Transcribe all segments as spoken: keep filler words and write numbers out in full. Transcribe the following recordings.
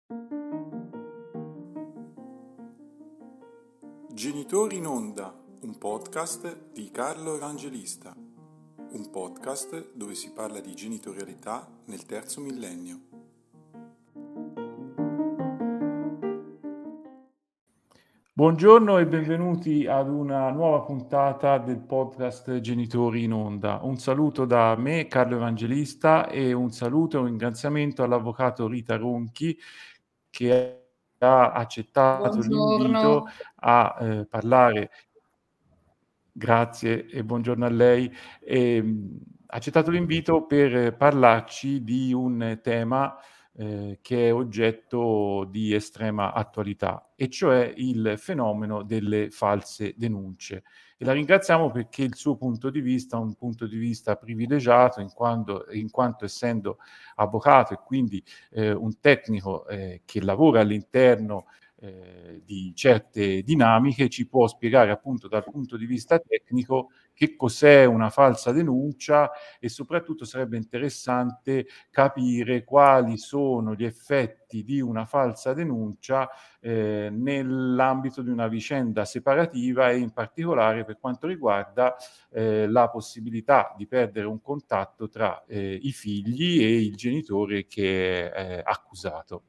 Genitori in Onda, un podcast di Carlo Evangelista, un podcast dove si parla di genitorialità nel terzo millennio. Buongiorno e benvenuti ad una nuova puntata del podcast Genitori in Onda. Un saluto da me, Carlo Evangelista, e un saluto e un ringraziamento all'avvocato Rita Ronchi che ha accettato l'invito Buongiorno. a eh, parlare. Grazie e buongiorno a lei. Ehm, ha accettato l'invito per parlarci di un tema eh, che è oggetto di estrema attualità, e cioè il fenomeno delle false denunce. E la ringraziamo perché il suo punto di vista è un punto di vista privilegiato, in quanto, in quanto essendo avvocato e quindi eh, un tecnico eh, che lavora all'interno Eh, di certe dinamiche, ci può spiegare appunto dal punto di vista tecnico che cos'è una falsa denuncia, e soprattutto sarebbe interessante capire quali sono gli effetti di una falsa denuncia eh, nell'ambito di una vicenda separativa, e in particolare per quanto riguarda eh, la possibilità di perdere un contatto tra eh, i figli e il genitore che è eh, accusato.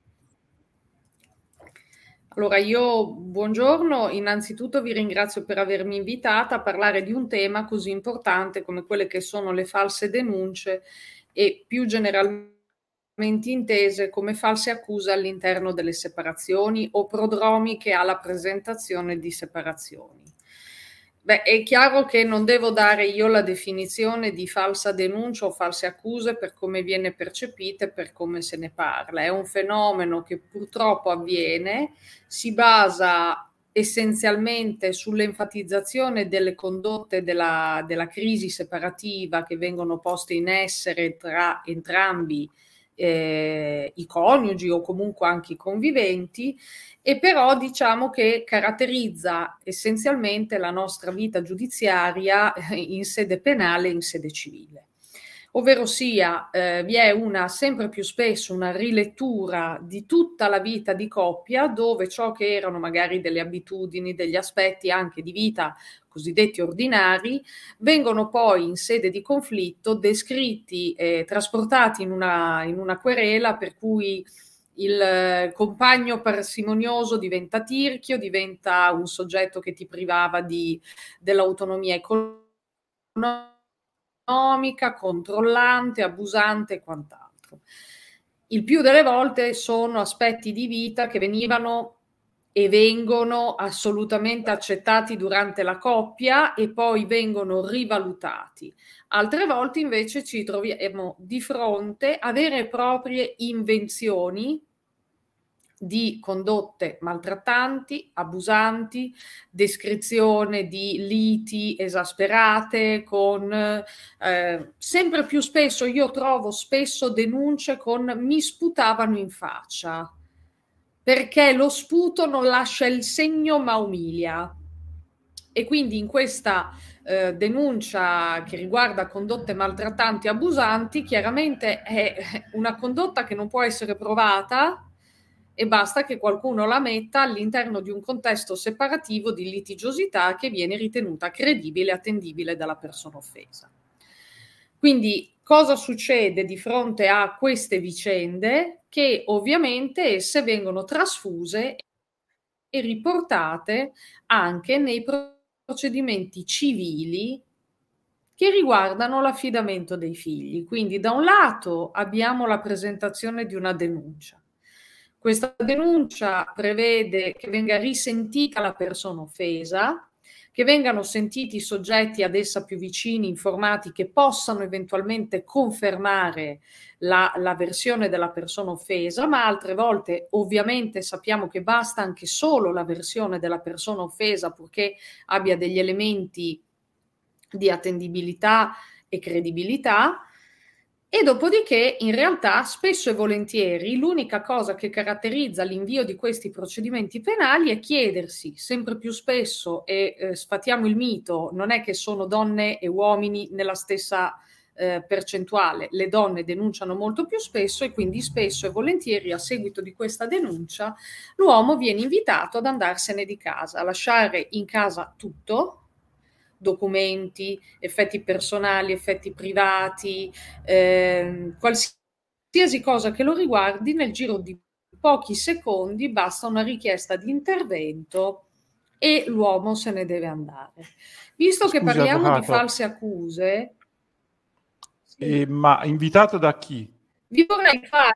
Allora, io buongiorno, innanzitutto vi ringrazio per avermi invitata a parlare di un tema così importante come quelle che sono le false denunce e più generalmente intese come false accuse all'interno delle separazioni o prodromiche alla presentazione di separazioni. Beh, è chiaro che non devo dare io la definizione di falsa denuncia o false accuse per come viene percepita e per come se ne parla. È un fenomeno che purtroppo avviene, si basa essenzialmente sull'enfatizzazione delle condotte della, della crisi separativa che vengono poste in essere tra entrambi eh, i coniugi o comunque anche i conviventi, e però diciamo che caratterizza essenzialmente la nostra vita giudiziaria in sede penale e in sede civile. Ovvero sia, eh, vi è una sempre più spesso una rilettura di tutta la vita di coppia, dove ciò che erano magari delle abitudini, degli aspetti anche di vita cosiddetti ordinari, vengono poi in sede di conflitto descritti e trasportati in una, in una querela, per cui il compagno parsimonioso diventa tirchio, diventa un soggetto che ti privava di, dell'autonomia economica, controllante, abusante e quant'altro. Il più delle volte sono aspetti di vita che venivano e vengono assolutamente accettati durante la coppia e poi vengono rivalutati. Altre volte invece ci troviamo di fronte a vere e proprie invenzioni di condotte maltrattanti, abusanti, descrizione di liti esasperate, con eh, sempre più spesso io trovo spesso denunce con mi sputavano in faccia, perché lo sputo non lascia il segno ma umilia. E quindi in questa eh, denuncia che riguarda condotte maltrattanti e abusanti, chiaramente è una condotta che non può essere provata e basta che qualcuno la metta all'interno di un contesto separativo di litigiosità che viene ritenuta credibile e attendibile dalla persona offesa. Quindi cosa succede di fronte a queste vicende? Che ovviamente esse vengono trasfuse e riportate anche nei procedimenti civili che riguardano l'affidamento dei figli. Quindi da un lato abbiamo la presentazione di una denuncia. Questa denuncia prevede che venga risentita la persona offesa, che vengano sentiti i soggetti ad essa più vicini, informati, che possano eventualmente confermare la, la versione della persona offesa, ma altre volte ovviamente sappiamo che basta anche solo la versione della persona offesa, purché abbia degli elementi di attendibilità e credibilità. E dopodiché, in realtà, spesso e volentieri, l'unica cosa che caratterizza l'invio di questi procedimenti penali è chiedersi sempre più spesso, e eh, sfatiamo il mito, non è che sono donne e uomini nella stessa eh, percentuale le donne denunciano molto più spesso, e quindi spesso e volentieri a seguito di questa denuncia l'uomo viene invitato ad andarsene di casa, a lasciare in casa tutto, documenti, effetti personali, effetti privati, eh, qualsiasi cosa che lo riguardi. Nel giro di pochi secondi basta una richiesta di intervento e l'uomo se ne deve andare. Visto Scusi, che parliamo avvocato, di false accuse, eh, ma invitato da chi? vi vorrei fare...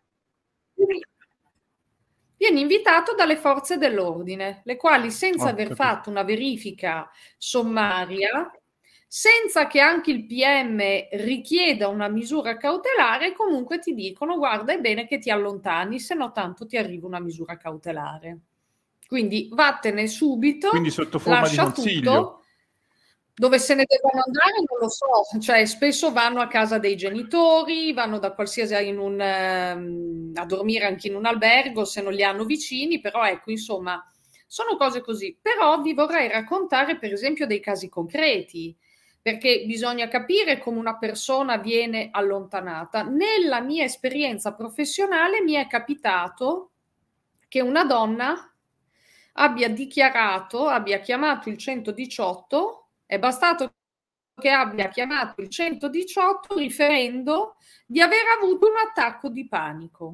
Viene invitato dalle forze dell'ordine, le quali, senza Ho aver capito. fatto una verifica sommaria, senza che anche il P M richieda una misura cautelare, comunque ti dicono: guarda, è bene che ti allontani, se no tanto ti arriva una misura cautelare. Quindi vattene subito, Quindi sotto forma di lascia consiglio. tutto. Dove se ne devono andare non lo so, cioè spesso vanno a casa dei genitori, vanno da qualsiasi in un, um, a dormire anche in un albergo se non li hanno vicini, però ecco, insomma, sono cose così. Però vi vorrei raccontare per esempio dei casi concreti, perché bisogna capire come una persona viene allontanata. Nella mia esperienza professionale mi è capitato che una donna abbia dichiarato, abbia chiamato il centodiciotto. È bastato che abbia chiamato il centodiciotto riferendo di aver avuto un attacco di panico.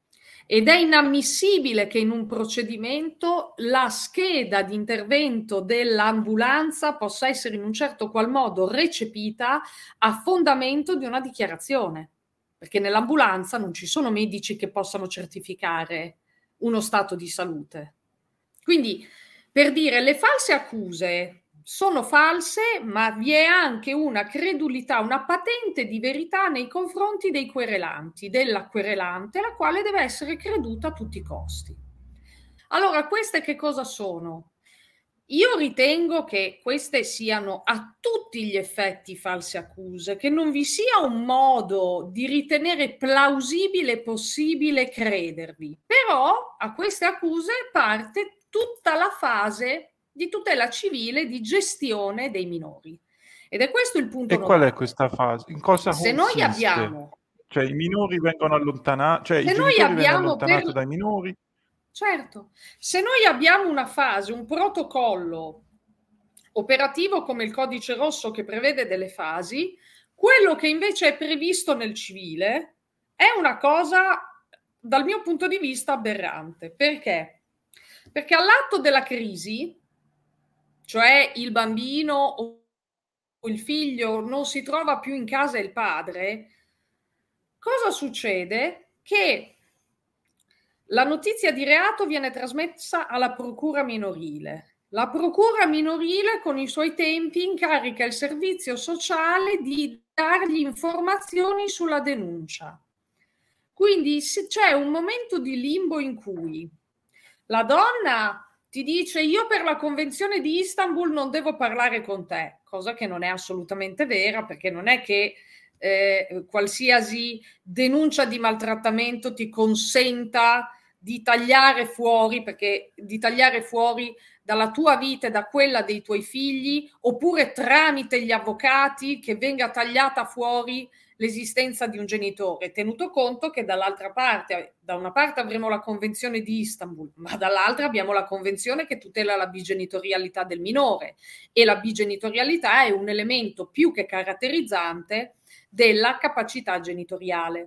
Ed è inammissibile che in un procedimento la scheda di intervento dell'ambulanza possa essere in un certo qual modo recepita a fondamento di una dichiarazione, perché nell'ambulanza non ci sono medici che possano certificare uno stato di salute. Quindi, per dire, le false accuse sono false, ma vi è anche una credulità, una patente di verità nei confronti dei querelanti, della querelante, la quale deve essere creduta a tutti i costi. Allora, queste che cosa sono? Io ritengo che queste siano a tutti gli effetti false accuse, che non vi sia un modo di ritenere plausibile e possibile credervi, però a queste accuse parte tutta la fase di tutela civile, di gestione dei minori. Ed è questo il punto E qual nodale. è questa fase? In cosa Se consiste? noi abbiamo... Cioè i minori vengono allontanati, cioè Se i noi genitori vengono abbiamo allontanati per... dai minori? Certo, se noi abbiamo una fase, un protocollo operativo come il codice rosso che prevede delle fasi, quello che invece è previsto nel civile è una cosa, dal mio punto di vista, aberrante. Perché? Perché all'atto della crisi, cioè il bambino o il figlio non si trova più in casa il padre, cosa succede? Che la notizia di reato viene trasmessa alla procura minorile. La procura minorile con i suoi tempi incarica il servizio sociale di dargli informazioni sulla denuncia. Quindi se c'è un momento di limbo in cui la donna ti dice: io per la Convenzione di Istanbul non devo parlare con te, cosa che non è assolutamente vera, perché non è che eh, qualsiasi denuncia di maltrattamento ti consenta di tagliare fuori, perché di tagliare fuori dalla tua vita e da quella dei tuoi figli, oppure tramite gli avvocati che venga tagliata fuori l'esistenza di un genitore, tenuto conto che dall'altra parte, da una parte avremo la Convenzione di Istanbul, ma dall'altra abbiamo la Convenzione che tutela la bigenitorialità del minore, e la bigenitorialità è un elemento più che caratterizzante della capacità genitoriale.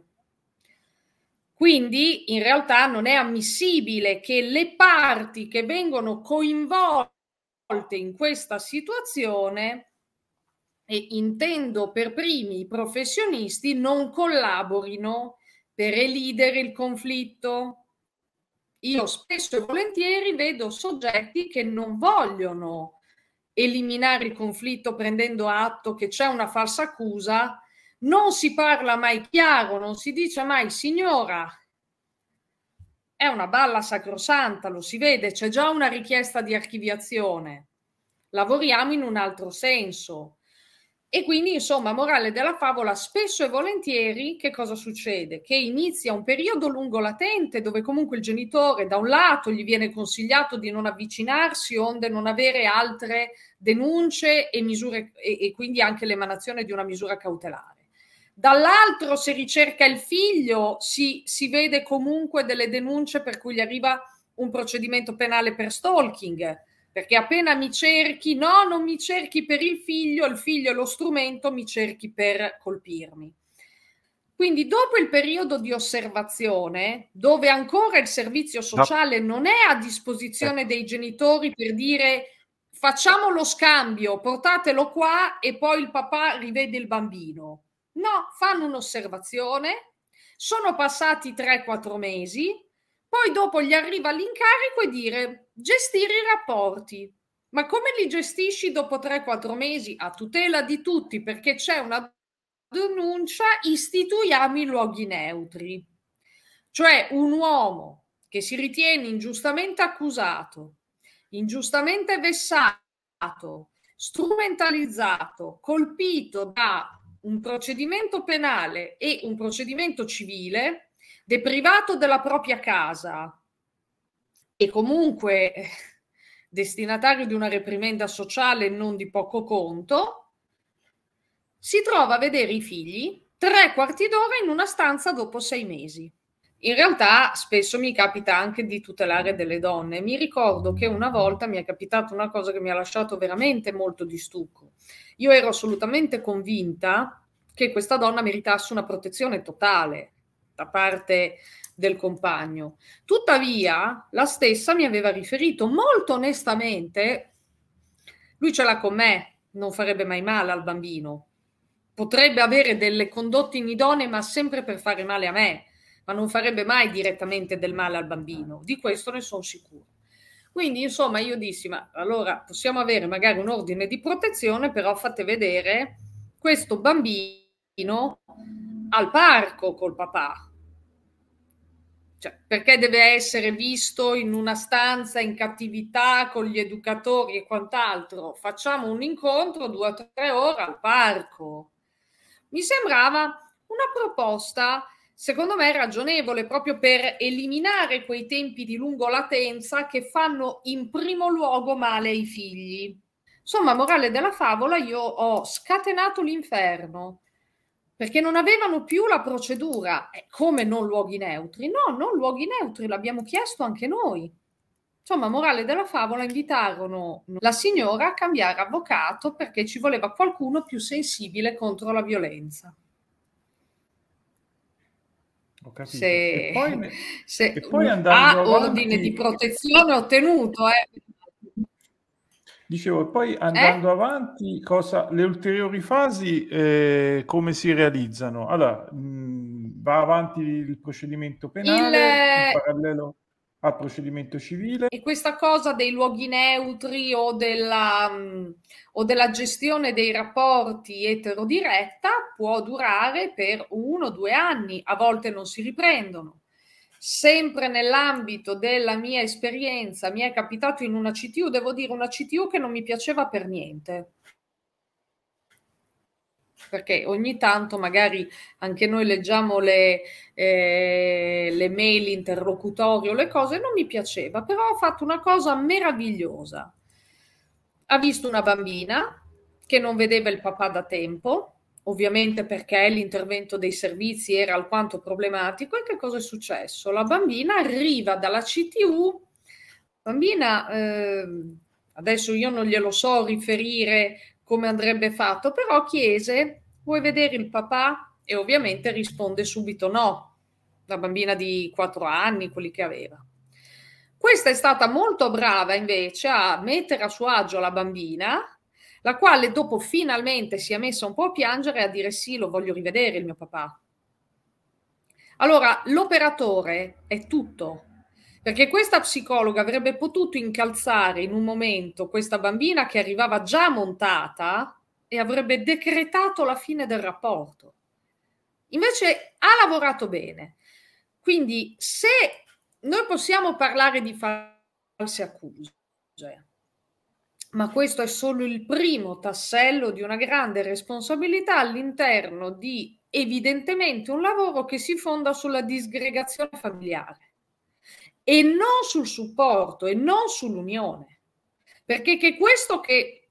Quindi in realtà non è ammissibile che le parti che vengono coinvolte in questa situazione, e intendo per primi i professionisti, non collaborino per elidere il conflitto. Io spesso e volentieri vedo soggetti che non vogliono eliminare il conflitto prendendo atto che c'è una falsa accusa. Non si parla mai chiaro, non si dice mai: signora, è una balla sacrosanta, lo si vede, c'è già una richiesta di archiviazione, lavoriamo in un altro senso. E quindi, insomma, morale della favola, spesso e volentieri che cosa succede? Che inizia un periodo lungo latente dove comunque il genitore da un lato gli viene consigliato di non avvicinarsi onde non avere altre denunce e misure, e, e quindi anche l'emanazione di una misura cautelare. Dall'altro, se ricerca il figlio, si, si vede comunque delle denunce per cui gli arriva un procedimento penale per stalking, perché appena mi cerchi, no, non mi cerchi per il figlio, il figlio è lo strumento, mi cerchi per colpirmi. Quindi dopo il periodo di osservazione, dove ancora il servizio sociale non è a disposizione dei genitori per dire facciamo lo scambio, portatelo qua e poi il papà rivede il bambino. No, fanno un'osservazione, sono passati tre quattro mesi, poi dopo gli arriva l'incarico e dire gestire i rapporti. Ma come li gestisci dopo tre quattro mesi? A tutela di tutti, perché c'è una denuncia, istituiamo i luoghi neutri. Cioè un uomo che si ritiene ingiustamente accusato, ingiustamente vessato, strumentalizzato, colpito da un procedimento penale e un procedimento civile, deprivato della propria casa e comunque eh, destinatario di una reprimenda sociale non di poco conto, si trova a vedere i figli tre quarti d'ora in una stanza dopo sei mesi. In realtà spesso mi capita anche di tutelare delle donne. Mi ricordo che una volta mi è capitata una cosa che mi ha lasciato veramente molto di stucco. Io ero assolutamente convinta che questa donna meritasse una protezione totale da parte del compagno. Tuttavia, la stessa mi aveva riferito molto onestamente, lui ce l'ha con me, non farebbe mai male al bambino. Potrebbe avere delle condotte inidonee, ma sempre per fare male a me, ma non farebbe mai direttamente del male al bambino. Di questo ne sono sicuro. Quindi, insomma, io dissi, ma allora possiamo avere magari un ordine di protezione, però fate vedere questo bambino al parco col papà. Cioè, perché deve essere visto in una stanza in cattività con gli educatori e quant'altro? Facciamo un incontro due o tre ore al parco. Mi sembrava una proposta, secondo me, ragionevole, proprio per eliminare quei tempi di lungolatenza che fanno in primo luogo male ai figli. Insomma, morale della favola, io ho scatenato l'inferno, perché non avevano più la procedura. Eh, come non luoghi neutri? No, non luoghi neutri, l'abbiamo chiesto anche noi. Insomma, morale della favola, invitarono la signora a cambiare avvocato perché ci voleva qualcuno più sensibile contro la violenza. Ho capito. Se, e poi, ne... se e poi ha andando ordine avanti... di protezione ottenuto, eh. Dicevo, e poi andando eh? avanti, cosa, le ulteriori fasi eh, come si realizzano? Allora, mh, va avanti il procedimento penale Il, in parallelo al procedimento civile. E questa cosa dei luoghi neutri o della, mh, o della gestione dei rapporti eterodiretta può durare per uno o due anni, a volte non si riprendono. Sempre nell'ambito della mia esperienza mi è capitato in una C T U, devo dire una C T U che non mi piaceva per niente, perché ogni tanto magari anche noi leggiamo le, eh, le mail interlocutorie o le cose, non mi piaceva, però ha fatto una cosa meravigliosa. Ha visto una bambina che non vedeva il papà da tempo, ovviamente perché l'intervento dei servizi era alquanto problematico. E che cosa è successo? La bambina arriva dalla C T U, bambina, eh, adesso io non glielo so riferire come andrebbe fatto, però chiese, vuoi vedere il papà? E ovviamente risponde subito no, la bambina di quattro anni, quelli che aveva. Questa è stata molto brava invece a mettere a suo agio la bambina, la quale dopo finalmente si è messa un po' a piangere e a dire sì, lo voglio rivedere il mio papà. Allora, l'operatore è tutto, perché questa psicologa avrebbe potuto incalzare in un momento questa bambina che arrivava già montata e avrebbe decretato la fine del rapporto. Invece ha lavorato bene. Quindi se noi possiamo parlare di false accuse, ma questo è solo il primo tassello di una grande responsabilità all'interno di evidentemente un lavoro che si fonda sulla disgregazione familiare e non sul supporto e non sull'unione, perché che questo che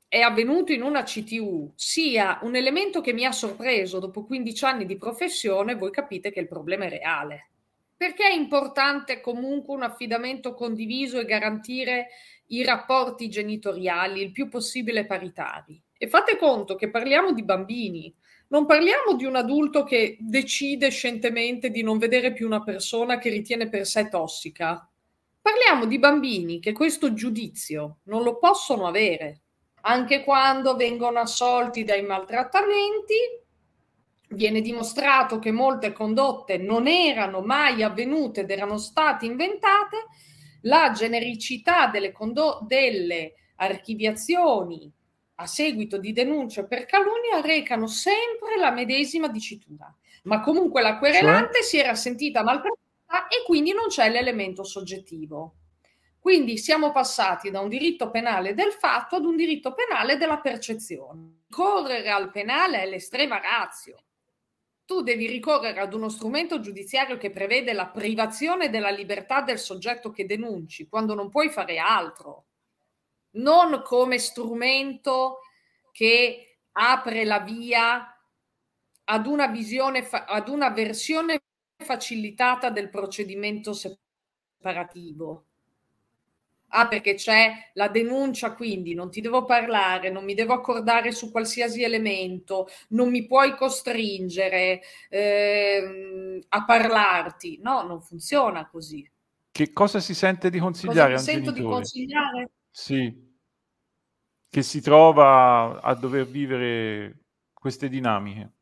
è avvenuto in una C T U sia un elemento che mi ha sorpreso dopo quindici anni di professione, voi capite che il problema è reale. Perché è importante comunque un affidamento condiviso e garantire i rapporti genitoriali il più possibile paritari? E fate conto che parliamo di bambini, non parliamo di un adulto che decide scientemente di non vedere più una persona che ritiene per sé tossica. Parliamo di bambini che questo giudizio non lo possono avere. Anche quando vengono assolti dai maltrattamenti, viene dimostrato che molte condotte non erano mai avvenute ed erano state inventate, la genericità delle, condo- delle archiviazioni a seguito di denunce per calunnia recano sempre la medesima dicitura. Ma comunque la querelante cioè? si era sentita maltrattata e quindi non c'è l'elemento soggettivo. Quindi siamo passati da un diritto penale del fatto ad un diritto penale della percezione. Correre al penale è l'estrema ratio. Tu devi ricorrere ad uno strumento giudiziario che prevede la privazione della libertà del soggetto che denunci, quando non puoi fare altro. Non come strumento che apre la via ad una visione, ad una versione facilitata del procedimento separativo. Ah, perché c'è la denuncia, quindi non ti devo parlare, non mi devo accordare su qualsiasi elemento, non mi puoi costringere eh, a parlarti. No, non funziona così. Che cosa si sente di consigliare cosa a un sento genitore? Di consigliare? Sì, che si trova a dover vivere queste dinamiche.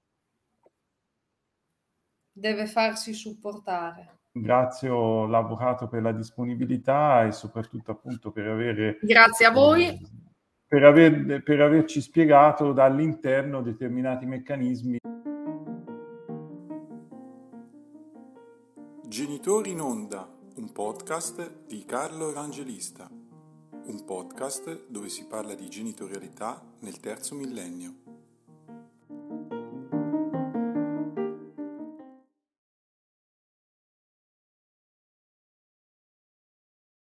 Deve farsi supportare. Ringrazio l'avvocato per la disponibilità e soprattutto appunto per avere grazie a voi eh, per, aver, per averci spiegato dall'interno determinati meccanismi. Genitori in onda, un podcast di Carlo Rangelista, un podcast dove si parla di genitorialità nel terzo millennio.